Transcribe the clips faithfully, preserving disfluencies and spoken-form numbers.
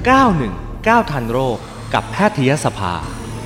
เก้าหนึ่งเก้าทันโรคกับแพทยสภา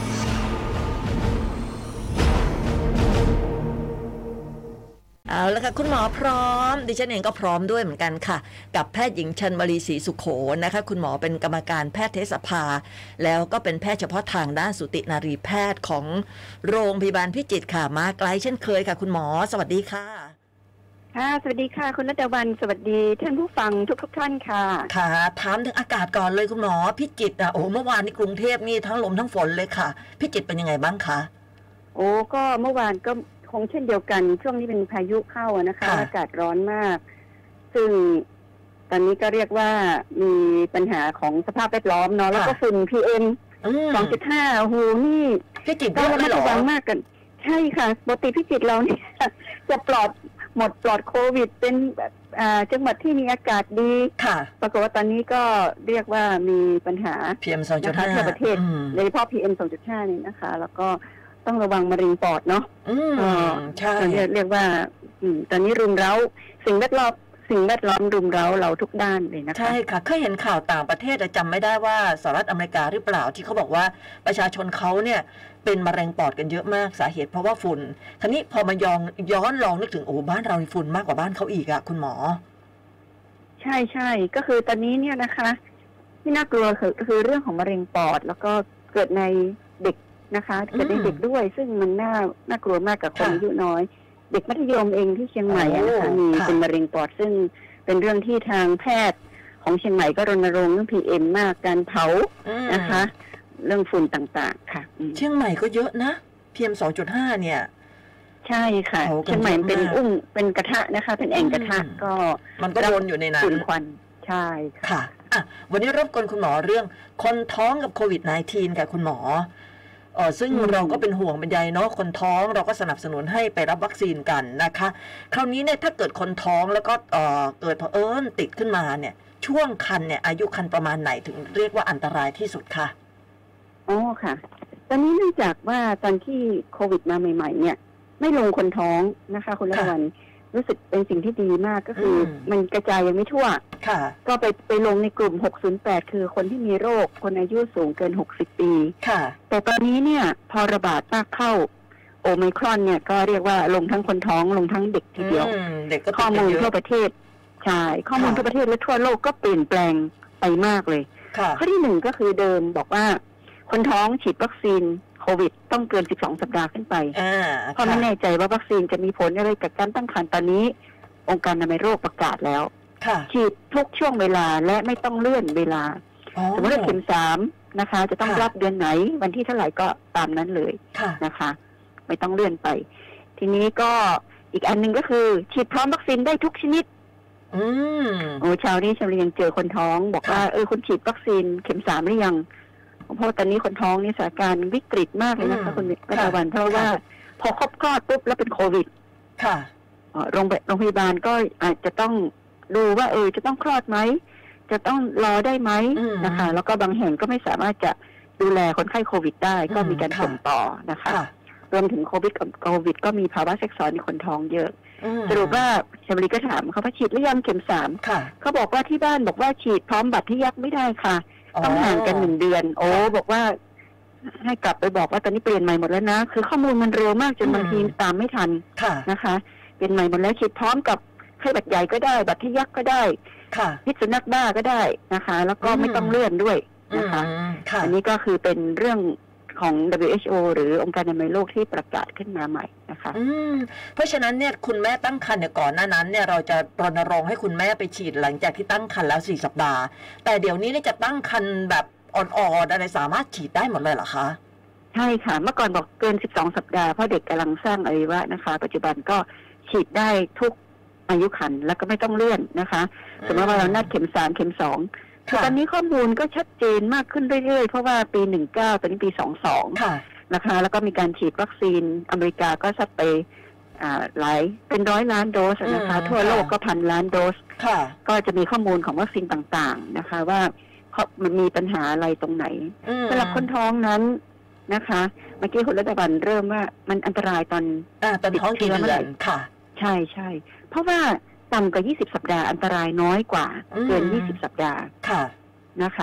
เอาละค่ะคุณหมอพร้อมดิฉันเองก็พร้อมด้วยเหมือนกันค่ะกับแพทย์หญิงชนวลีศรีสุโขนะคะคุณหมอเป็นกรรมการแพทยสภาแล้วก็เป็นแพทย์เฉพาะทางด้านสูตินารีแพทย์ของโรงพยาบาลพิจิตรค่ะมาไกลเช่นเคยค่ะคุณหมอสวัสดีค่ะค่ะสวัสดีค่ะคุณณัฐวรรณสวัสดีท่านผู้ฟังทุกทุกท่านค่ะค่ะถามถึงอากาศก่อนเลยคุณหมอพิจิตรอ่ะโอ้เมื่อวานนี้กรุงเทพนี่ทั้งลมทั้งฝนเลยค่ะพิจิตรเป็นยังไงบ้างคะโอ้ก็เมื่อวานก็คงเช่นเดียวกันช่วงนี้เป็นพายุเข้านะคะอากาศร้อนมากซึ่งตอนนี้ก็เรียกว่ามีปัญหาของสภาพแวดล้อมเนาะแล้วก็ฝุ่น พี เอ็ม สองจุดห้า โอ้โหนี่พิจิตรต้องระมัดระวังมากกันใช่ค่ะปกติพิจิตรเราเนี่ยจะปลอดหมดปลอดโควิดเป็นแบบจังหวัดที่มีอากาศดีปรากฏว่าตอนนี้ก็เรียกว่ามีปัญหาพี เอ็ม สองจุดห้าทั่วประเทศโดยเฉพาะ พี เอ็ม สองจุดห้า นี่นะคะแล้วก็ต้องระวังมะเร็งปอดเนาะอืมใช่เรียกเรียกว่าตอนนี้รุมเร้าสิ่งแวดล้อมสิ่งแวดล้อมรุมเร้าเราทุกด้านเลยนะคะใช่ค่ะเคยเห็นข่าวต่างประเทศแต่จำไม่ได้ว่าสหรัฐอเมริกาหรือเปล่าที่เขาบอกว่าประชาชนเขาเนี่ยเป็นมะเร็งปอดกันเยอะมากสาเหตุเพราะว่าฝุ่นทีนี้พอมาย้อนย้อนลองนึกถึงโอ้บ้านเราฝุ่นมากกว่าบ้านเขาอีกอะคุณหมอใช่ใช่ก็คือตอนนี้เนี่ยนะคะที่น่ากลัวคือคือเรื่องของมะเร็งปอดแล้วก็เกิดในเด็กนะคะเกิดในเด็กด้วยซึ่งมันน่าน่ากลัวมากกับคนอายุน้อยเด็กมัธยมเองที่เชียงใหม่นะคะมีเป็นมะเร็งปอดซึ่งเป็นเรื่องที่ทางแพทย์ของเชียงใหม่ก็รณรงค์เรื่อง พี เอ็ม มากการเผานะคะเรื่องฝุ่นต่างๆค่ะเชียงใหม่ก็เยอะนะ พี เอ็ม สองจุดห้า เนี่ยใช่ค่ะเชียงใหม่เป็นอุ้งเป็นกระทะนะคะเป็นแอ่งกระทะก็มันก็วนอยู่ในนั้นฝุ่นควันใช่ค่ะอ่ะวันนี้รบกวนคุณหมอเรื่องคนท้องกับโควิด สิบเก้า ค่ะคุณหมอเออซึ่งเราก็เป็นห่วงเป็นใยเนาะคนท้องเราก็สนับสนุนให้ไปรับวัคซีนกันนะคะคราวนี้เนี่ยถ้าเกิดคนท้องแล้วก็เออเกิดเผอิญติดขึ้นมาเนี่ยช่วงครรภ์เนี่ยอายุครรภ์ประมาณไหนถึงเรียกว่าอันตรายที่สุดคะอ๋อค่ะตอนนี้เนื่องจากว่าตอนที่โควิดมาใหม่ๆเนี่ยไม่ลงคนท้องนะคะคุณละวันรู้สึกเป็นสิ่งที่ดีมากก็คือมันกระจายยังไม่ทั่วก็ไปไปลงในกลุ่มหกศูนย์แปดคือคนที่มีโรคคนอายุสูงเกินหกสิบปีแต่ตอนนี้เนี่ยพอระบาดมากเข้าโอไมครอนเนี่ยก็เรียกว่าลงทั้งคนท้องลงทั้งเด็กทีเดียวข้อมูลทั่วประเทศใช่ข้อมูลทั่วประเทศและทั่วโลกก็เปลี่ยนแปลงไปมากเลยข้อที่หนึ่งก็คือเดิมบอกว่าคนท้องฉีดวัคซีนโควิดต้องเกินสิบสองสัปดาห์ขึ้นไปเพราะไม่แน่ใจว่าวัคซีนจะมีผลอะไรกับการตั้งครรภ์ตอนนี้องค์การอนามัยโรคประกาศแล้วฉีดทุกช่วงเวลาและไม่ต้องเลื่อนเวลาสมมติว่าเข็มสามนะคะจะต้องรับเดือนไหนวันที่เท่าไหร่ก็ตามนั้นเลยนะคะไม่ต้องเลื่อนไปทีนี้ก็อีกอันนึงก็คือฉีดพร้อมวัคซีนได้ทุกชนิดอืมโอ้ชาวนี้ชาวเรียงเจอคนท้องบอกว่าเออคุณฉีดวัคซีนเข็มสามหรือยังเพราะตอนนี้คนท้องนี่สถานการณ์วิกฤตมากเลยนะคะคุณกระวันเพราะว่าพอครบคลอดปุ๊บแล้วเป็นโควิดค่ะโรงโรงพยาบาลก็อาจจะต้องดูว่าเออจะต้องคลอดไหมจะต้องรอได้ไหมนะคะแล้วก็บางแห่งก็ไม่สามารถจะดูแลคนไข้โควิดได้ก็มีการส่งต่อนะคะรวมถึงโควิดกับโควิดก็มีภาวะแทรกซ้อนในคนท้องเยอะสรุปว่าชมรีก็ถามเขาว่าฉีดหรือยังเข็มสามเขาบอกว่าที่บ้านบอกว่าฉีดพร้อมบัตรทะยักไม่ได้ค่ะต้องห่างกันหนึ่งเดือนโอ้บอกว่าให้กลับไปบอกว่าตอนนี้เปลี่ยนใหม่หมดแล้วนะคือข้อมูลมันเร็วมากจนบางทีตามไม่ทันนะคะเปลี่ยนใหม่หมดแล้วฉีดพร้อมกับไข้หวัดใหญ่ก็ได้บัตรทะยักก็ได้พิษสุนัขบ้าก็ได้นะคะแล้วก็ไม่ต้องเลื่อนด้วยนะคะอันนี้ก็คือเป็นเรื่องของ ดับเบิลยู เอช โอ หรือองค์การอนามัยโลกที่ประกาศขึ้นมาใหม่นะคะเพราะฉะนั้นเนี่ยคุณแม่ตั้งครรภ์เนี่ยก่อนหน้านั้นเนี่ยเราจะรณรงค์ให้คุณแม่ไปฉีดหลังจากที่ตั้งครรภ์แล้วสี่สัปดาห์แต่เดี๋ยวนี้เนี่ยจะตั้งครรภ์แบบอ่อนๆอะไรสามารถฉีดได้หมดเลยเหรอคะใช่ค่ะเมื่อก่อนบอกเกินสิบสองสัปดาห์เพราะเด็กกำลังสร้างอวัยวะนะคะปัจจุบันก็ฉีดได้ทุกอายุครรภ์แล้วก็ไม่ต้องเลื่อนนะคะสมมติว่าเรานัดเข็มสามเข็มสองตอนนี้ข้อมูลก็ชัดเจนมากขึ้นเรื่อยๆเพราะว่าปีสิบเก้าตอนนี้ปียี่สิบสองนะคะแล้วก็มีการฉีดวัคซีนอเมริกาก็สัดไปหลายเป็นร้อยล้านโดสนะคะทั่วโลกก็พันล้านโดสก็จะมีข้อมูลของวัคซีนต่างๆนะคะว่ามันมีปัญหาอะไรตรงไหนสำหรับคนท้องนั้นนะคะเมื่อกี้คุณรัตบันเริ่มว่ามันอันตรายตอนตอนท้องกี่เดือนค่ะใช่ใช่เพราะว่าต่ำกว่ายี่สิบสัปดาห์อันตรายน้อยกว่าเกินยี่สิบสัปดาห์นะคะ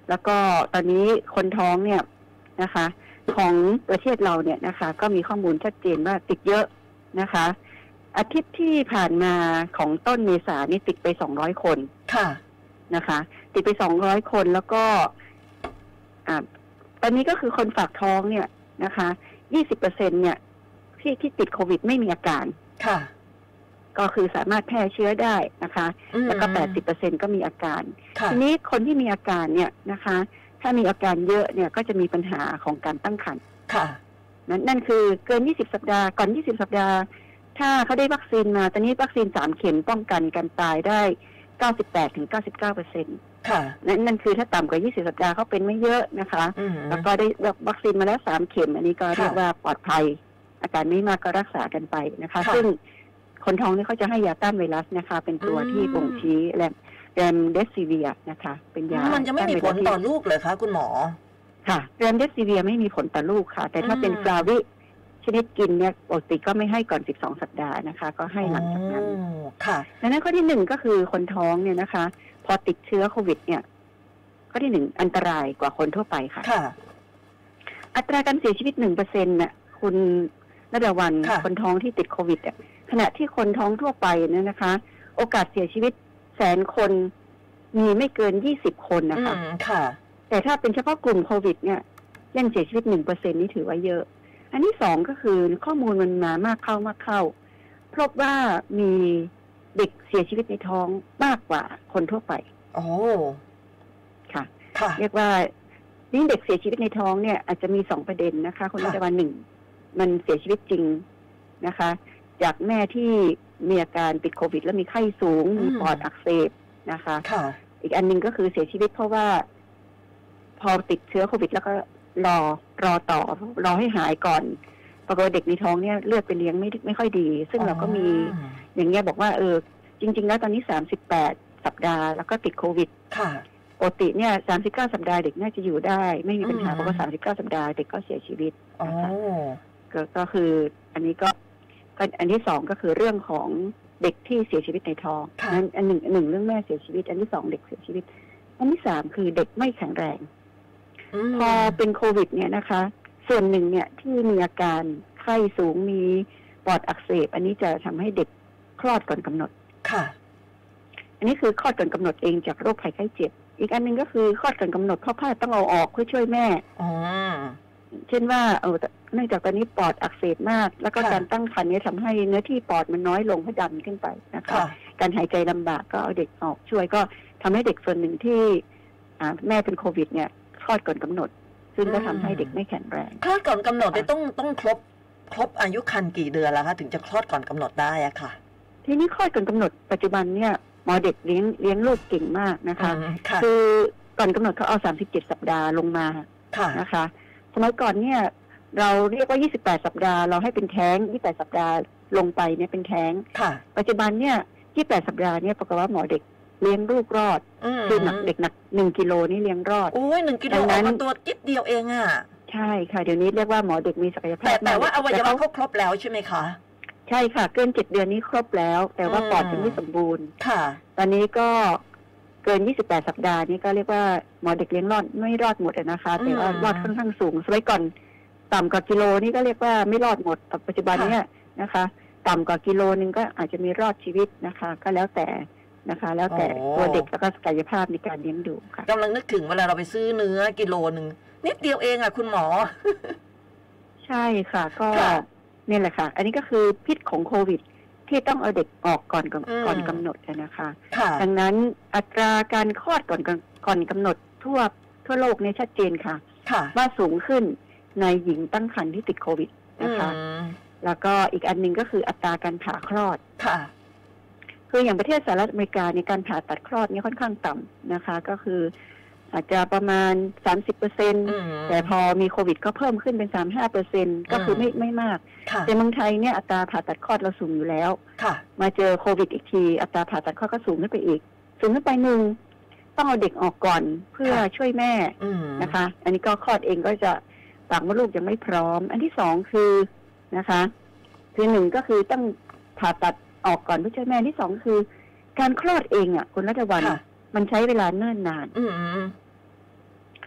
แล้วก็ตอนนี้คนท้องเนี่ยนะคะ ของประเทศเราเนี่ยนะคะ ก็มีข้อมูลชัดเจนว่าติดเยอะนะคะ อาทิตย์ที่ผ่านมาของต้นเมษานี่ติดไปสองร้อยคนค่ะนะคะ ติดไปสองร้อยคนแล้วก็อ่าตอนนี้ก็คือคนฝากท้องเนี่ยนะคะยี่สิบเปอร์เซ็นต์เนี่ยที่ที่ติดโควิดไม่มีอาการค่ะก็คือสามารถแพร่เชื้อได้นะคะแล้วก็แปดสิบเปอร์เซ็นต์ก็มีอาการทีนี้คนที่มีอาการเนี่ยนะคะถ้ามีอาการเยอะเนี่ยก็จะมีปัญหาของการตั้งครรภ์ค่ะนั่นนั่นคือเกินยี่สิบสัปดาห์ก่อนยี่สิบสัปดาห์ถ้าเขาได้วัคซีนมาตอนนี้วัคซีนสามเข็มป้องกันการตายได้เก้าสิบแปดถึงเก้าสิบเก้าเปอร์เซ็นต์ค่ะนั่นนั่นคือถ้าต่ำกว่ายี่สิบสัปดาห์เขาเป็นไม่เยอะนะคะแล้วก็ได้วัคซีนมาแล้วสามเข็มอันนี้ก็เรียกว่าปลอดภัยอาการไม่มากก็รักษากันไปนะคะซึ่งคนท้องนี่เขาจะให้ยาต้านไวรัสนะคะเป็นตัวที่บ่งชี้แรมแรมเดซิเวียนะคะเป็นยามันจะไม่มีผลต่อลูกเลยคะคุณหมอค่ะแรมเดซิเวียไม่มีผลต่อลูกค่ะแต่ถ้าเป็นฟลาวิชนิดกินเนี่ยปกติก็ไม่ให้ก่อนสิบสองสัปดาห์นะคะก็ให้หลังจากนั้นค่ะดังนั้นข้อที่หนึ่งก็คือคนท้องเนี่ยนะคะพอติดเชื้อโควิดเนี่ยข้อที่หนึ่งอันตรายกว่าคนทั่วไปค่ะค่ะอัตราการเสียชีวิตหนึ่งเปอร์เซ็นต์น่ะคุณระดาวันคนท้องที่ติดโควิดเนี่ยขณะที่คนท้องทั่วไปเนี่ยนะคะโอกาสเสียชีวิตแสนคนมีไม่เกินยี่สิบคนนะคะค่ะแต่ถ้าเป็นเฉพาะกลุ่มโควิดเนี่ยยังเสียชีวิตหนึ่งเปอร์เซ็นต์นี่ถือว่าเยอะอันที่สองก็คือข้อมูลมันมามากเข้ามากเข้าพบว่ามีเด็กเสียชีวิตในท้องมากกว่าคนทั่วไปโอ้ค่ะเรียกว่านี่เด็กเสียชีวิตในท้องเนี่ยอาจจะมีสองประเด็นนะคะคนละวันหนึ่งมันเสียชีวิตจริงนะคะจากแม่ที่มีอาการติดโควิดแล้วมีไข้สูงมีปอดอักเสบนะคะอีกอันนึงก็คือเสียชีวิตเพราะว่าพอติดเชื้อโควิดแล้วก็รอรอต่อรอให้หายก่อนปรากฏเด็กในท้องเนี่ยเลือดไปเลี้ยงไม่ไม่ค่อยดีซึ่งเราก็มีอย่างเงี้ยบอกว่าเออจริงๆแล้วตอนนี้สามสิบแปดสัปดาห์แล้วก็ติดโควิดค่ะปกติเนี่ยสามสิบเก้าสัปดาห์เด็กน่าจะอยู่ได้ไม่มีปัญหาเพราะว่าสามสิบเก้าสัปดาห์เด็กก็เสียชีวิตนะคะก็ก็คืออันนี้ก็อันที่สองก็คือเรื่องของเด็กที่เสียชีวิตในท้องนั้นอันหนึ่งหนึ่งเรื่องแม่เสียชีวิตอันที่สองเด็กเสียชีวิตอันที่สามคือเด็กไม่แข็งแรงพอเป็นโควิดเนี่ยนะคะส่วนหนึ่งเนี่ยที่มีอาการไข้สูงมีปอดอักเสบอันนี้จะทำให้เด็กคลอดก่อนกำหนดค่ะอันนี้คือคลอดก่อนกำหนดเองจากโรคภัยไข้เจ็บอีกอันนึงก็คือคลอดก่อนกำหนดเพราะผ้าต้องเอาออกเพื่อช่วยแม่อ๋อเช่นว่าเออเนื่องจากตอนนี้ปอดอักเสบมากแล้วก็การตั้งครรภ์นี้ทำให้เนื้อที่ปอดมันน้อยลงเพราะดันขึ้นไปนะคะการหายใจลำบากก็เอาเด็กออกช่วยก็ทำให้เด็กส่วนหนึ่งที่แม่เป็นโควิดเนี่ยคลอดก่อนกำหนดซึ่งก็ทำให้เด็กไม่แข็งแรงคลอดก่อนกำหนดเนี่ยต้องต้องครบครบอายุครรภ์กี่เดือนแล้วคะถึงจะคลอดก่อนกำหนดได้อะค่ะทีนี้คลอดก่อนกำหนดปัจจุบันเนี่ยหมอเด็กเลี้ยงเลี้ยงลูกเก่งมากนะคะคือก่อนกำหนดเขาเอาสามสิบเจ็ดสัปดาห์ลงมานะคะสมัยก่อนเนี่ยเราเรียกว่ายี่สิบแปดสัปดาห์เราให้เป็นแท้งยี่สิบแปดสัปดาห์ลงไปเนี่ยเป็นแท้งปัจจุบันเนี่ยยี่สิบแปดสัปดาห์เนี่ยปรากฏว่าหมอเด็กเลี้ยงลูกรอดคือหนักเด็กหนักหนึ่งกิโลนี่เลี้ยงรอดโอ้ยหนึ่งกิโลออกมาตัวจิ๊บเดียวเองอ่ะใช่ค่ะเดี๋ยวนี้เรียกว่าหมอเด็กมีศักยภาพแต่แต่ว่าอวัยวะเขาครบแล้วใช่ไหมคะใช่ค่ะเกินเจ็ดเดือนนี้ครบแล้วแต่ว่าปอดยังไม่สมบูรณ์ค่ะตอนนี้ก็เกินยี่สิบแปดสัปดาห์นี้ก็เรียกว่าหมอเด็กเลี้ยงรอดไม่รอดหมดนะคะแต่ว่ารอดค่อนข้างสูงสมัยก่อนต่ำกว่ากิโลนี่ก็เรียกว่าไม่รอดหมดปัจจุบันนี้นะคะต่ำกว่ากิโลนึงก็อาจจะมีรอดชีวิตนะคะก็แล้วแต่นะคะแล้วแต่ตัวเด็กแล้วก็ศักยภาพในการเลี้ยงดูค่ะกำลังนึกถึงเวลาเราไปซื้อเนื้อกิโลนึงนิดเดียวเองอ่ะคุณหมอใช่ค่ะก็นี่แหละค่ะอันนี้ก็คือพิษของโควิดที่ต้องเอาเด็กออกก่อนก่อนกำหนดนะคะดังนั้นอัตราการคลอดก่อนก่อนกำหนดทั่วทั่วโลกเนี่ยชัดเจนค่ะว่าสูงขึ้นในหญิงตั้งครรภ์ที่ติดโควิดนะคะแล้วก็อีกอันหนึ่งก็คืออัตราการผ่าคลอดค่ะคืออย่างประเทศสหรัฐอเมริกาในการผ่าตัดคลอดนี่ค่อนข้างต่ำนะคะก็คืออาจจะประมาณ สามสิบเปอร์เซ็นต์ แต่พอมีโควิดก็เพิ่มขึ้นเป็น สามสิบห้าเปอร์เซ็นต์ ก็คือไม่ไม่มากแต่เมืองไทยเนี่ยอัตราผ่าตัดคลอดเราสูงอยู่แล้วมาเจอโควิดอีกทีอัตราผ่าตัดคลอดก็สูงขึ้นไปอีกสูงขึ้นไปหนึ่งต้องเอาเด็กออกก่อนเพื่อช่วยแม่นะคะอันนี้ก็คลอดเองก็จะปากมดลูกยังไม่พร้อมอันที่สองคือนะคะคือหนึ่งก็คือต้องผ่าตัดออกก่อนเพื่อช่วยแม่ที่สองคือการคลอดเองอ่ะคุณรัตวันมันใช้เวลาเนิ่นนาน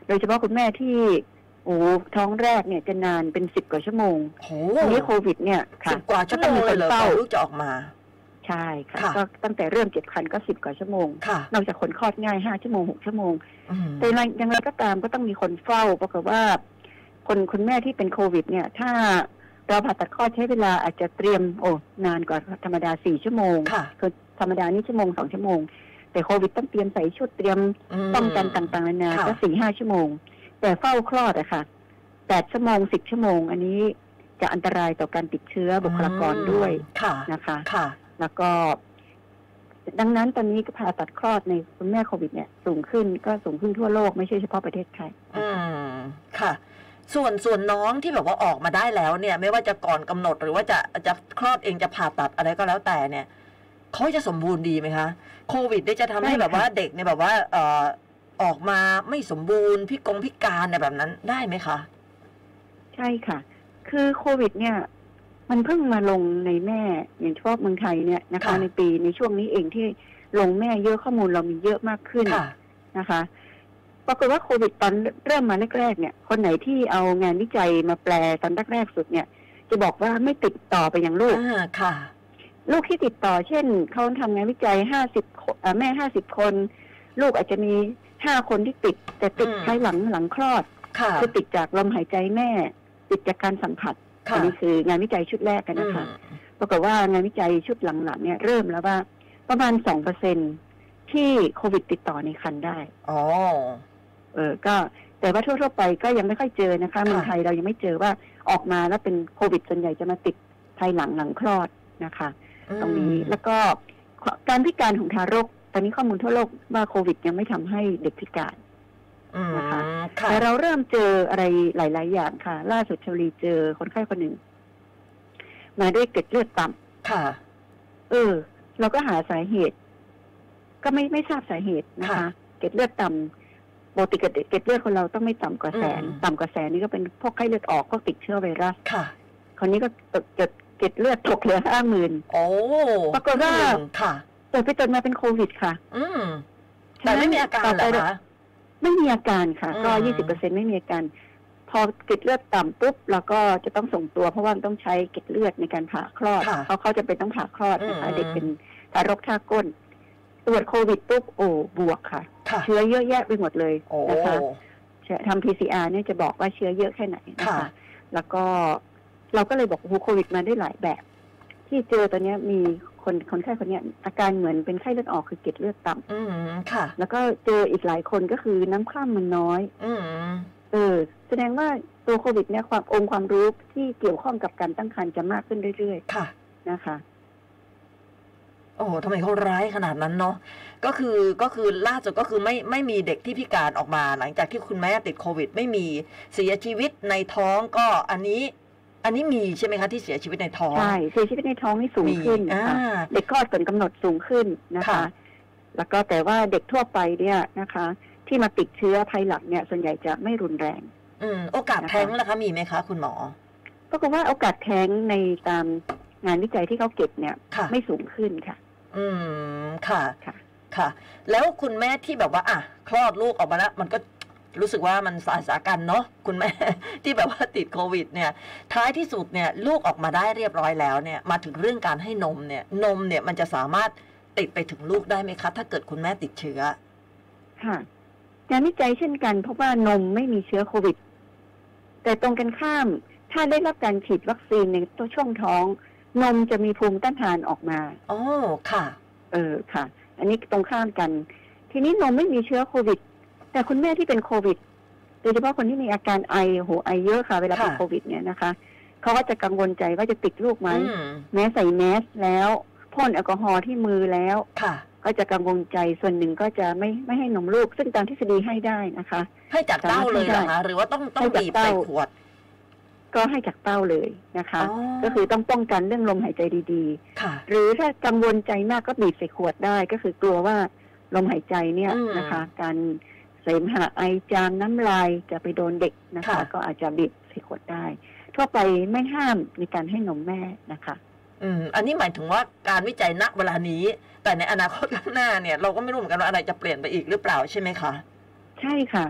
โดยเฉพาะคุณแม่ที่โอ้ท้องแรกเนี่ยจะนานเป็นสิบกว่าชั่วโมงทีนี้โควิดเนี่ยค่ะสิบกว่าชั่วโมงเลยเหรอลูกจะออกมาใช่ค่ะก็ตั้งแต่เริ่มเจ็บคันก็สิบกว่าชั่วโมงนอกจากคนคลอดง่ายห้าชั่วโมงหกชั่วโมงแต่ยังไงก็ตามก็ต้องมีคนเฝ้าปรากฏว่าคนคุณแม่ที่เป็นโควิดเนี่ยถ้าเราผ่าตัดคลอดใช้เวลาอาจจะเตรียมโอ้นานกว่าธรรมดาสี่ชั่วโมงคือธรรมดานี่ชั่วโมงสองชั่วโมงแต่โควิดต้องเตรียมใส่ชุดเตรียมป้องกันต่างๆนานาก็สี่ห้าชั่วโมงแต่เฝ้าคลอดอะค่ะแปดชั่วโมงสิบชั่วโมงอันนี้จะอันตรายต่อการติดเชื้อบุคลากรด้วยนะคะแล้วก็ดังนั้นตอนนี้ผ่าตัดคลอดในคุณแม่โควิดเนี่ยสูงขึ้นก็สูงขึ้นทั่วโลกไม่ใช่เฉพาะประเทศไทยอืมค่ะส่วนส่วนน้องที่แบบว่าออกมาได้แล้วเนี่ยไม่ว่าจะก่อนกำหนดหรือว่าจะจะคลอดเองจะผ่าตัดอะไรก็แล้วแต่เนี่ยเขาจะสมบูรณ์ดีไหมคะโควิดได้จะทำให้แบบว่าเด็กเนี่ยแบบว่าเอ่อออกมาไม่สมบูรณ์พิกงพิการเนี่ยแบบนั้นได้ไหมคะใช่ค่ะคือโควิดเนี่ยมันเพิ่งมาลงในแม่อย่างเฉพาะเมืองไทยเนี่ยนะคะในปีในช่วงนี้เองที่ลงแม่เยอะข้อมูลเรามีเยอะมากขึ้นนะคะปรากฏว่าโควิดตอนเริ่มมาแรกๆเนี่ยคนไหนที่เอางานวิจัยมาแปลตอนแรกๆสุดเนี่ยจะบอกว่าไม่ติดต่อไปยังลูกค่ะลูกที่ติดต่อเช่นเขาทำงานวิจัยห้าสิบแม่ห้าสิบคนลูกอาจจะมีห้าคนที่ติดแต่ติดภายหลังหลังคลอดคือติดจากลมหายใจแม่ติดจากการสัมผัสอันนี้คืองานวิจัยชุดแรกกันนะคะปรากฏว่างานวิจัยชุดหลังๆเนี่ยเริ่มแล้วว่าประมาณสองเปอร์เซ็นที่โควิดติดต่อในครรภ์ได้อ๋อเออก็แต่ว่าทั่วๆไปก็ยังไม่ค่อยเจอนะคะเมืองไทยเรายังไม่เจอว่าออกมาแล้วเป็นโควิดส่วนใหญ่จะมาติดภายหลังหลังคลอดนะคะตรงนี้แล้วก็การพิการของทารกตอนนี้ข้อมูลทั่วโลกว่าโควิดยังไม่ทำให้เด็กพิการนะคะแต่เราเริ่มเจออะไรหลายๆอย่างค่ะล่าสุดชลีเจอคนไข้คนหนึ่งมาด้วยเกล็ดเลือดต่ำค่ะเออเราก็หาสาเหตุก็ไม่ไม่ทราบสาเหตุนะคะเกล็ดเลือดต่ำปกติเกล็ดเลือดคนเราต้องไม่ต่ำกว่าแสนต่ำกว่าแสนนี่ก็เป็นพวกไข้เลือดออกพวกติดเชื้อไวรัสค่ะคราวนี้ก็เกิดเกล็ดเลือดตกเหลือห้าหมื่นโอ้ปรากฏว่าค่ะตรวจไปตรวจมาเป็นโควิดค่ะอืมแต่ไม่มีอาการเหรอคะไม่มีอาการค่ะก็ยี่สิบเปอร์เซ็นต์ไม่มีอาการพอเกล็ดเลือดต่ำปุ๊บเราก็จะต้องส่งตัวเพราะว่าต้องใช้เกล็ดเลือดในการผ่าคลอดเขาเขาจะเป็นต้องผ่าคลอดนะคะเด็กเป็นทารกท่าก้นตรวจโควิดปุ๊บโอ้บวกค่ะเชื้อเยอะแยะไปหมดเลยนะคะทำ พี ซี อาร์ เนี่ยจะบอกว่าเชื้อเยอะแค่ไหนนะคะแล้วก็เราก็เลยบอกว่าโควิดมาได้หลายแบบที่เจอตอนนี้มีคนคนไข้คนนี้อาการเหมือนเป็นไข้เลือดออกคือเกล็ดเลือดต่ำอืมค่ะแล้วก็เจออีกหลายคนก็คือน้ำคร่ำมันน้อยอืมเออแสดงว่าตัวโควิดเนี่ยความองค์ความรู้ที่เกี่ยวข้องกับการตั้งครรภ์จะมากขึ้นเรื่อยๆค่ะนะคะโอ้โหทำไมเขาร้ายขนาดนั้นเนาะก็คือก็คือล่าสุดก็คือไม่ไม่มีเด็กที่พิการออกมาหลังจากที่คุณแม่ติดโควิดไม่มีเสียชีวิตในท้องก็อันนี้อันนี้มีใช่ไหมคะที่เสียชีวิตในท้องใช่เสียชีวิตในท้องนี่สูงขึ้นค่ะเด็กคลอดก่อนกำหนดสูงขึ้นนะคะแล้วก็แต่ว่าเด็กทั่วไปเนี่ยนะคะที่มาติดเชื้อภายหลังเนี่ยส่วนใหญ่จะไม่รุนแรงอืมโอกาสแท้งล่ะคะมีไหมคะคุณหมอก็คือว่าโอกาสแท้งในตามงานวิจัยที่เขาเก็บเนี่ยไม่สูงขึ้นค่ะอืมค่ะค่ะค่ะแล้วคุณแม่ที่แบบว่าอ่ะคลอดลูกออกมาแล้วมันก็รู้สึกว่ามันสาสากันเนาะคุณแม่ที่แบบว่าติดโควิดเนี่ยท้ายที่สุดเนี่ยลูกออกมาได้เรียบร้อยแล้วเนี่ยมาถึงเรื่องการให้นมเนี่ยนมเนี่ยมันจะสามารถติดไปถึงลูกได้ไหมคะถ้าเกิดคุณแม่ติดเชื้อค่ะงานวิจัยเช่นกันเพราะว่านมไม่มีเชื้อโควิดแต่ตรงกันข้ามถ้าได้รับการฉีดวัคซีนในตัวช่วงท้องนมจะมีภูมิต้านทานออกมาอ๋อค่ะเออค่ะอันนี้ตรงข้ามกันทีนี้นมไม่มีเชื้อโควิดแต่คุณแม่ที่เป็นโควิดโดยเฉพาะคนที่มีอาการไอโหไอเยอะค่ะเวลาเป็นโควิดเนี่ยนะคะเขาก็จะกังวลใจว่าจะติดลูกไหมแม้ใส่แมสแล้วพ่นแอลกอฮอล์ที่มือแล้วก็จะกังวลใจส่วนหนึ่งก็จะไม่ไม่ให้นมลูกซึ่งตามทฤษฎีให้ได้นะคะให้จากเต้าเลยเหรอคะหรือว่าต้องต้องบีบใส่ขวดก็ให้จากเต้าเลยนะคะก็คือต้องป้องกันเรื่องลมหายใจดีๆหรือถ้ากังวลใจมากก็บีบใส่ขวดได้ก็คือกลัวว่าลมหายใจเนี่ยนะคะการเสมหะไอจามน้ำลายจะไปโดนเด็กนะคะก็อาจจะบีบใส่ขวดได้ทั่วไปไม่ห้ามในการให้นมแม่นะคะอืมอันนี้หมายถึงว่าการวิจัยณเวลานี้แต่ในอนาคตข้างหน้าเนี่ยเราก็ไม่รู้เหมือนกันว่าอะไรจะเปลี่ยนไปอีกหรือเปล่าใช่ไหมคะใช่ค่ะ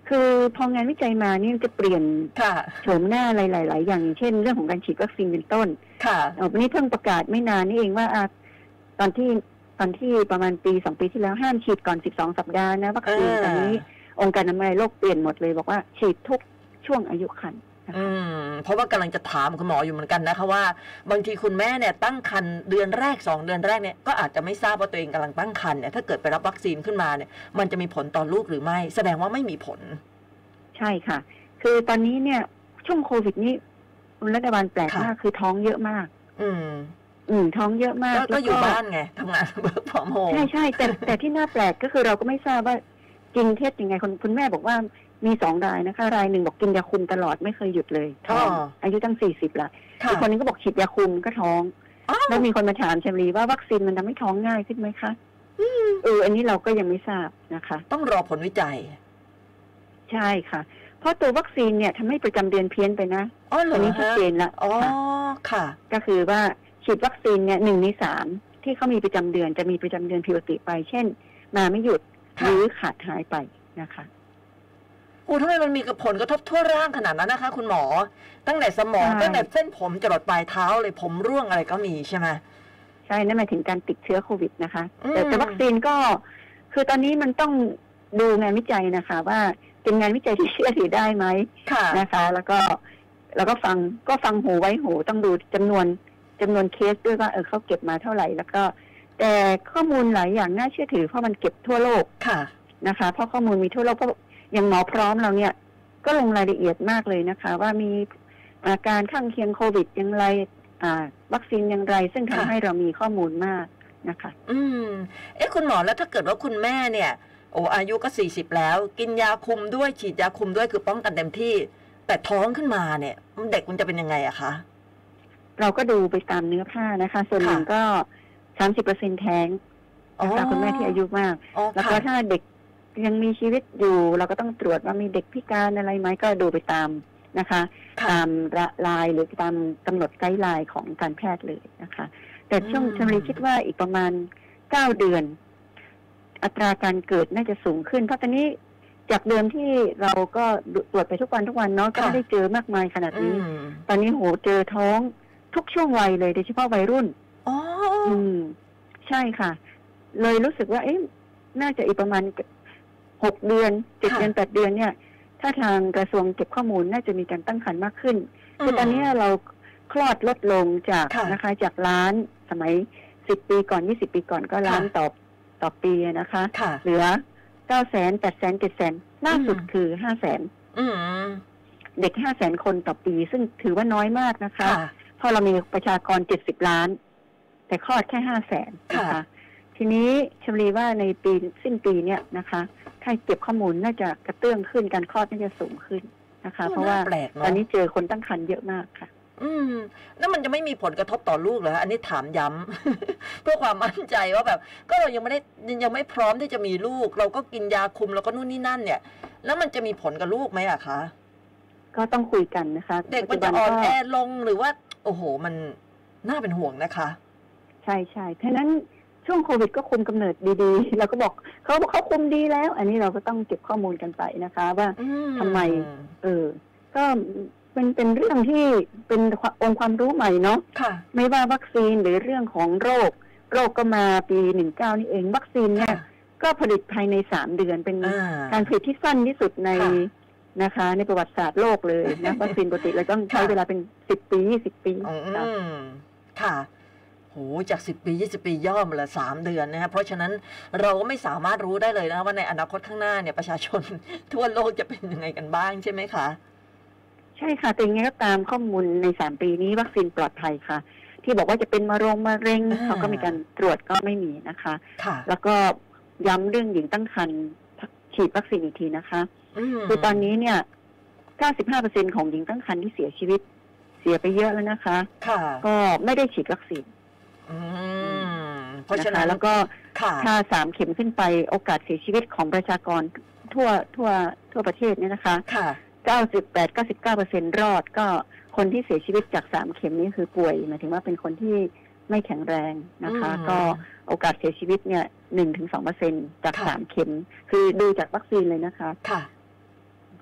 คือพองานวิจัยมานี่จะเปลี่ยนค่ะโฉมหน้าอะไรหลาย ๆ อย่างอย่างเช่นเรื่องของการฉีดวัคซีนเป็นต้นค่ะเอ่อวันนี้เพิ่งประกาศไม่นานนี่เองว่าอ่ะตอนที่ตอนที่ประมาณปีสองปีที่แล้วห้ามฉีดก่อนสิบสองสัปดาห์นะวัคซีนเออตอนนี้องค์การอนามัยโลกเปลี่ยนหมดเลยบอกว่าฉีดทุกช่วงอายุครรภ์นะคะอืมเพราะว่ากำลังจะถามคุณหมออยู่เหมือนกันนะคะว่าบางทีคุณแม่เนี่ยตั้งครรภ์เดือนแรกสองเดือนแรกเนี่ยก็อาจจะไม่ทราบว่าตัวเองกำลังตั้งครรภ์เนี่ยถ้าเกิดไปรับวัคซีนขึ้นมาเนี่ยมันจะมีผลต่อลูกหรือไม่แสดงว่าไม่มีผลใช่ค่ะ คือตอนนี้เนี่ยช่วงโควิดนี้รัฐบาลแปลกค่ะมากคือท้องเยอะมากอืมอืมท้องเยอะมากก็ก็แล้วอยู่บ้านไงทำงานเวิร์กฟอร์มโฮมใช่ใช่แต่แต่ที่น่าแปลกก็คือเราก็ไม่ทราบว่าจริงเท็จยังไงคนคุณแม่บอกว่ามีสองรายนะคะ รายหนึ่งบอกกินยาคุมตลอดไม่เคยหยุดเลยท้องอ๋ออายุตั้งสี่สิบละค่ะอีกคนนึงก็บอกฉีดยาคุมก็ท้องอ้าวแล้วมีคนมาถามเชมรีว่าวัคซีนมันทำให้ท้องง่ายขึ้นไหมคะเอออันนี้เราก็ยังไม่ทราบนะคะต้องรอผลวิจัยใช่ค่ะ เพราะตัววัคซีนเนี่ยทำให้ประจำเดือนเพี้ยนไปนะอ๋อเหรอัอนนี้ชัดฮะเจนละอ๋อค่ะค่ะก็คือว่าฉีดวัคซีนเนี่ยหนึ่งในสามที่เขามีประจำเดือนจะมีประจำเดือนผิดปกติไป เช่น มาไม่หยุดหค่ะรือขาดหายไปนะคะโอ้ทำไมมันมีผลกระทบทั่วร่างขนาดนั้นนะคะ คุณหมอ ตั้งแต่สมองใช่ตั้งแต่เส้นผมจรดปลายเท้าเลยผมร่วงอะไรก็มีใช่ไหมใช่นั่นหมายถึงการติดเชื้อโควิดนะคะอืมแต่แต่วัคซีนก็ คือตอนนี้มันต้องดูงานวิจัยนะคะ ว่าเป็นงานวิจัยที่เชื่อถือได้ไหมค่ะนะคะ แล้วก็แล้วก็ฟังก็ฟังหูไว้หูต้องดูจำนวนจำนวนเคสด้วยว่าเออเขาเก็บมาเท่าไหร่ แล้วก็ แต่ข้อมูลหลายอย่างน่าเชื่อถือเพราะมันเก็บทั่วโลกค่ะนะคะ เพราะข้อมูลมีทั่วโลกเพราะอย่างหมอพร้อมเราเนี่ย ก็ลงรายละเอียดมากเลยนะคะ ว่ามีอาการข้างเคียงโควิดอย่างไรอ่าวัคซีนอย่างไร ซึ่งทำค่ะให้เรามีข้อมูลมากนะคะอืม เอ๊ะคุณหมอแล้วถ้าเกิดว่าคุณแม่เนี่ย โอ้อายุก็สี่สิบแล้ว กินยาคุมด้วยฉีดยาคุมด้วยคือป้องกันเต็มที่ แต่ท้องขึ้นมาเนี่ยเด็กมันจะเป็นยังไงอะคะเราก็ดูไปตามเนื้อผ้านะคะ ส่วนหนึ่งค่ะก็สามสิบเปอร์เซ็นแท้งนะคะคุณแม่ที่อายุมากอ๋อแล้วก็ค่ะถ้าเด็กยังมีชีวิตอยู่ เราก็ต้องตรวจว่ามีเด็กพิการอะไรไหมก็ดูไปตามนะคะค่ะตามลายหรือตามกำหนดไกด์ไลน์ของการแพทย์เลยนะคะ แต่ช่วงอืมชมรีคิดว่าอีกประมาณเก้าเดือน อัตราการเกิดน่าจะสูงขึ้น เพราะตอนนี้จากเดิมที่เราก็ตรวจไปทุกวันทุกวันเนาะก็ไม่ได้เจอมากมายขนาดอืนี้มตอนนี้โหเจอท้องทุกช่วงวัยเลยโดยเฉพาะวัยรุ่นอ๋ออืม ใช่ค่ะ เลยรู้สึกว่า เอ๊ะน่าจะอีกประมาณหกเดือนเจ็ดค่ะเดือนแปดเดือนเนี่ย ถ้าทางกระทรวงเก็บข้อมูลน่าจะมีการตั้งครรภ์มากขึ้น คือตอนนี้เราคลอดลดลงจากค่ะนะคะ จากล้านสมัยสิบปีก่อนยี่สิบปีก่อนก็ล้านค่ะต่อต่อปีนะคะค่ะเหลือเก้าแสนแปดแสนเจ็ดแสนล่าสุดอืมคือห้าแสนอืมเด็กห้าแสนคนต่อปี ซึ่งถือว่าน้อยมากนะคะค่ะเพราะเรามีประชากรเจ็ดสิบล้าน แต่คลอดแค่ห้าแสนนะคะค่ะทีนี้ชมรีว่าในปีสิ้นปีเนี่ยนะคะ ถ้าเก็บข้อมูลน่าจะกระเตื้องขึ้นการคลอดน่าจะสูงขึ้นนะคะโอ้เพราะว่าน่าแปลกเนอะตอนนี้เจอคนตั้งครรภ์เยอะมากค่ะอืมแล้วมันจะไม่มีผลกระทบต่อลูกเหรอคะอันนี้ถามย้ำ เพื่อความมั่นใจว่าแบบ ก็เรายังไม่ได้ยังไม่พร้อมที่จะมีลูก เราก็กินยาคุมแล้วก็นู่นนี่นั่น เนี่ย แล้วมันจะมีผลกับลูกไหมอะคะก็ต้องคุยกันนะคะเด็กมันจะอ่อนแอลงหรือว่า โอ้โห มันน่าเป็นห่วงนะคะใช่ใช่เพราะฉะนั้นช่วงโควิดก็คุมกำเนิดดีๆ เราก็บอกเขาบอกเขาคุมดีแล้ว อันนี้เราก็ต้องเก็บข้อมูลกันไปนะคะ ว่าอืทำไม เออ ก็เป็นเป็นเรื่องที่เป็นองค์ความรู้ใหม่เนาะค่ะไม่ว่าวัคซีนหรือเรื่องของโรค โรคก็มาปีหนึ่งเก้านี่เอง วัคซีนเนี่ยค่ะก็ผลิตภายในสามเดือนเป็นอ่าการผลิตที่สั้นที่สุดในค่ะนะคะ ในประวัติศาสตร์โลกเลยนะ วัคซีนปกติเราต้องใช้ค่ะเวลาเป็นสิบปียี่สิบปีอืค่ะมค่ะโหจากสิบปียี่สิบปีย่อมาละสามเดือนนะครับเพราะฉะนั้นเราก็ไม่สามารถรู้ได้เลยนะว่าในอนาคตข้างหน้าเนี่ยประชาชน ทั่วโลกจะเป็นยังไงกันบ้างใช่ไหมคะใช่ค่ะแต่ยังไงก็ตามข้อมูลในสามปีนี้วัคซีนปลอดภัยค่ะ ที่บอกว่าจะเป็นมะโรงมะเร็งอ่าเขาก็มีการตรวจก็ไม่มีนะคะค่ะแล้วก็ย้ำเรื่องหญิงตั้งครรภ์ฉีดวัคซีนอีกทีนะคะมคือตอนนี้เนี่ย เก้าสิบห้าเปอร์เซ็นต์ ของหญิงตั้งครรภ์ที่เสียชีวิต เสียไปเยอะแล้วนะคะค่ะก็ไม่ได้ฉีดวัคซีนอืมเพราะฉะนะนั้คะนแล้วก็ค่ะถ้าสามเข็มขึ้นไปโอกาสเสียชีวิตของประชากรทั่วทั่วทั่วประเทศเนี่ยนะคะค่ะเก้าสิบแปด เก้าสิบเก้าเปอร์เซ็นต์ รอดก็คนที่เสียชีวิตจากสามเข็มนี้คือป่วยหมายถึงว่าเป็นคนที่ไม่แข็งแรงนะคะอืมก็โอกาสเสียชีวิตเนี่ยหนึ่งถึงสองเปอร์เซ็นต์จากค่ะสามเข็ม คือดูจากวัคซีนเลยนะคะค่ะอ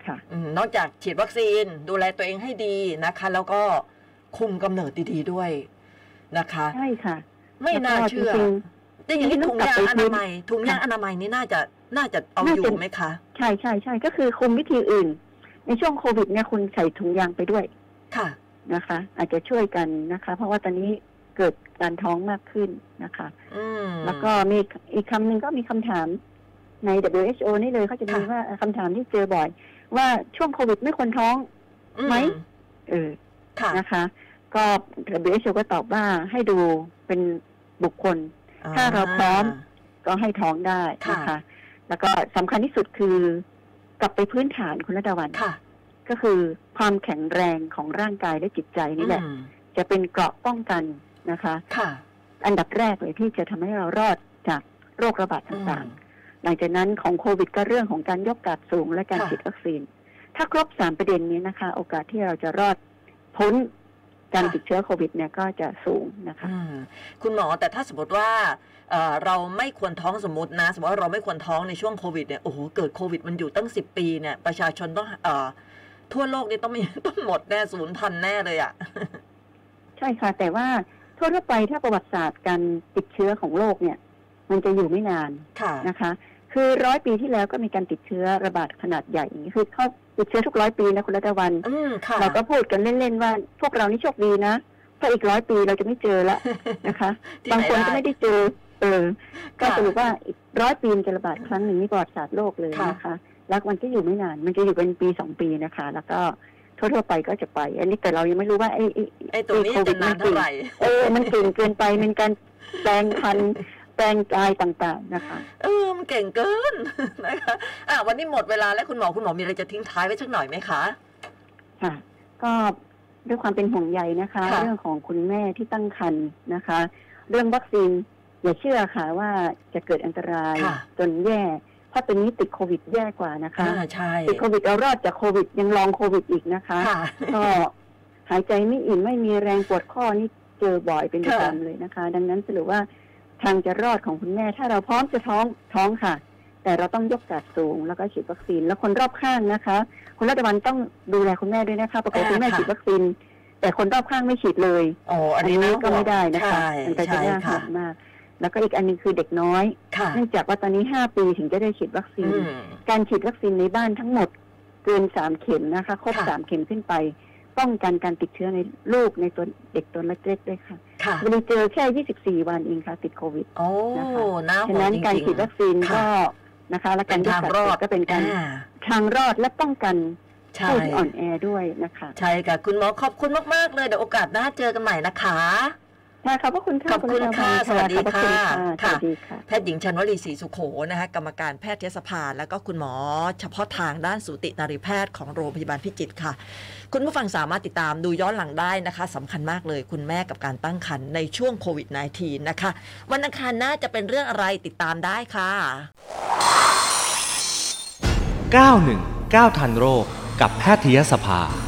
ค่ะนอกจากฉีดวัคซีนดูแลตัวเองให้ดีนะคะแล้วก็คุมกำเนิดดีๆด้วยนะคะใช่ค่ะไม่น่าเชื่อแต่อย่างนี้ถุงยางอนามัยถุงยางอนามัยนี่น่าจะน่าจะเอาอยู่ไหมคะใช่ใช่ใช่ก็คือคุมวิธีอื่นในช่วงโควิดเนี่ยคุณใส่ถุงยางไปด้วยค่ะนะคะอาจจะช่วยกันนะคะเพราะว่าตอนนี้เกิดการท้องมากขึ้นนะคะแล้วก็มีอีกคำหนึ่งก็มีคำถามใน ดับเบิลยู เอช โอ นี่เลยเขาจะมีว่าคำถามที่เจอบ่อยว่าช่วงโควิดไม่ควรท้องไหมเออนะคะก็ ดับเบิลยู เอช โอ ก็ตอบว่าให้ดูเป็นบุคคลถ้าเราพร้อมก็ให้ท้องได้นะคะแล้วก็สำคัญที่สุดคือกลับไปพื้นฐานคุณรัตวันก็คือความแข็งแรงของร่างกายและจิตใจนี่แหละจะเป็นเกราะป้องกันนะคะอันดับแรกเลยที่จะทำให้เรารอดจากโรคระบาดต่างๆหลังจากนั้นของโควิดก็เรื่องของการยกกาดสูงและการฉีดวัคซีนถ้าครบสามประเด็นนี้นะคะโอกาสที่เราจะรอดพ้นการติดเชื้อโควิดเนี่ยก็จะสูงนะคะคุณหมอแต่ถ้าสมมติว่าเเราไม่ควรท้องสมมตินะสมมติว่าเราไม่ควรท้องในช่วงโควิดเนี่ยโอ้โหเกิดโควิดมันอยู่ตั้งสิบปีเนี่ยประชาชนต้องเอ่อทั่วโลกนี่ต้องมีต้องหมดแน่ศูนย์พันแน่เลยอ่ะใช่ค่ะแต่ว่าทั่วไปถ้าประวัติศาสตร์การติดเชื้อของโลกเนี่ยมันจะอยู่ไม่นานนะคะคือร้อยปีที่แล้วก็มีการติดเชื้อระบาดขนาดใหญ่อย่างนี้คือเขาติดเชื้อทุกร้อยปีนะคุณรัตวันเราก็พูดกันเล่นๆว่าพวกเรานี่โชคดีนะถ้าอีกร้อยปีเราจะไม่เจอละนะคะบางคนก็ไม่ได้เจอเออก็สรุปว่าอีกร้อยปีจะระบาดครั้งหนึ่งนี่ประวัติศาสตร์โลกเลยนะคะแล้วมันก็อยู่ไม่นานมันจะอยู่เป็นปีสองปีนะคะแล้วก็ทั่วๆไปก็จะไปอันนี้แต่เรายังไม่รู้ว่าไอ้ไอ้ตัวนี้จะนานเท่าไหร่เออมันเก่งเกินไปมันการแปลงพันธุ์แปลงกายต่างๆนะคะเออมันเก่งเกินนะคะอ่ะวันนี้หมดเวลาแล้วคุณหมอคุณหมอมีอะไรจะทิ้งท้ายไว้สักหน่อยไหมคะค่ะก็ด้วยความเป็นห่วงใยนะคะเรื่องของคุณแม่ที่ตั้งครรภ์นะคะเรื่องวัคซีนอย่าเชื่อค่ะว่าจะเกิดอันตรายจนแย่ถ้าเป็นนี้ติดโควิดแย่กว่านะคะติดโควิดเรารอดจากโควิดยังลองโควิดอีกนะคะก็หายใจไม่อิ่มไม่มีแรงปวดข้อนี่เจอบ่อยเป็นประจำเลยนะคะดังนั้นสรุปว่าทางจะรอดของคุณแม่ถ้าเราพร้อมจะท้องท้องค่ะแต่เราต้องยกกาดสูงแล้วก็ฉีดวัคซีนแล้วคนรอบข้างนะคะคุณรัตวันต้องดูแลคุณแม่ด้วยนะคะปรากฏคุณแม่ฉีดวัคซีนแต่คนรอบข้างไม่ฉีดเลยอันนี้ก็ไม่ได้นะคะมันจะยากมากแล้วก็อีกอันนึงคือเด็กน้อยเนื่องจากว่าตอนนี้ห้าปีถึงจะได้ฉีดวัคซีนการฉีดวัคซีนในบ้านทั้งหมดเกินสามเข็มนะคะครบสามเข็มขึ้นไปป้องกันการติดเชื้อในลูกในตัวเด็กตัวเล็กๆด้วยค่ะวันนี้เจอแค่ยี่สิบสี่วันเองค่ะติดโควิดนะคะฉะนั้นการฉีดวัคซีนก็นะคะและการยกกาดก็เป็นการทางรอดและป้องกันผู้ที่อ่อนแอด้วยนะคะใช่ค่ะคุณหมอขอบคุณมากๆเลยเดี๋ยวโอกาสหน้าเจอกันใหม่นะคะขอบพระคุณค่ะขอบคุณค่ะสวัสดีค่ะค่ะแพทย์หญิงชันวลีศรีสุโขนะคะกรรมการแพทยสภาแล้วก็คุณหมอเฉพาะทางด้านสูตินรีแพทย์ของโรงพยาบาลพิจิตรค่ะคุณผู้ฟังสามารถติดตามดูย้อนหลังได้นะคะสำคัญมากเลยคุณแม่กับการตั้งครรภ์ในช่วงโควิด สิบเก้า นะคะวันอังคารหน้าจะเป็นเรื่องอะไรติดตามได้ค่ะเก้าหนึ่งเก้าทันโรคกับแพทยสภา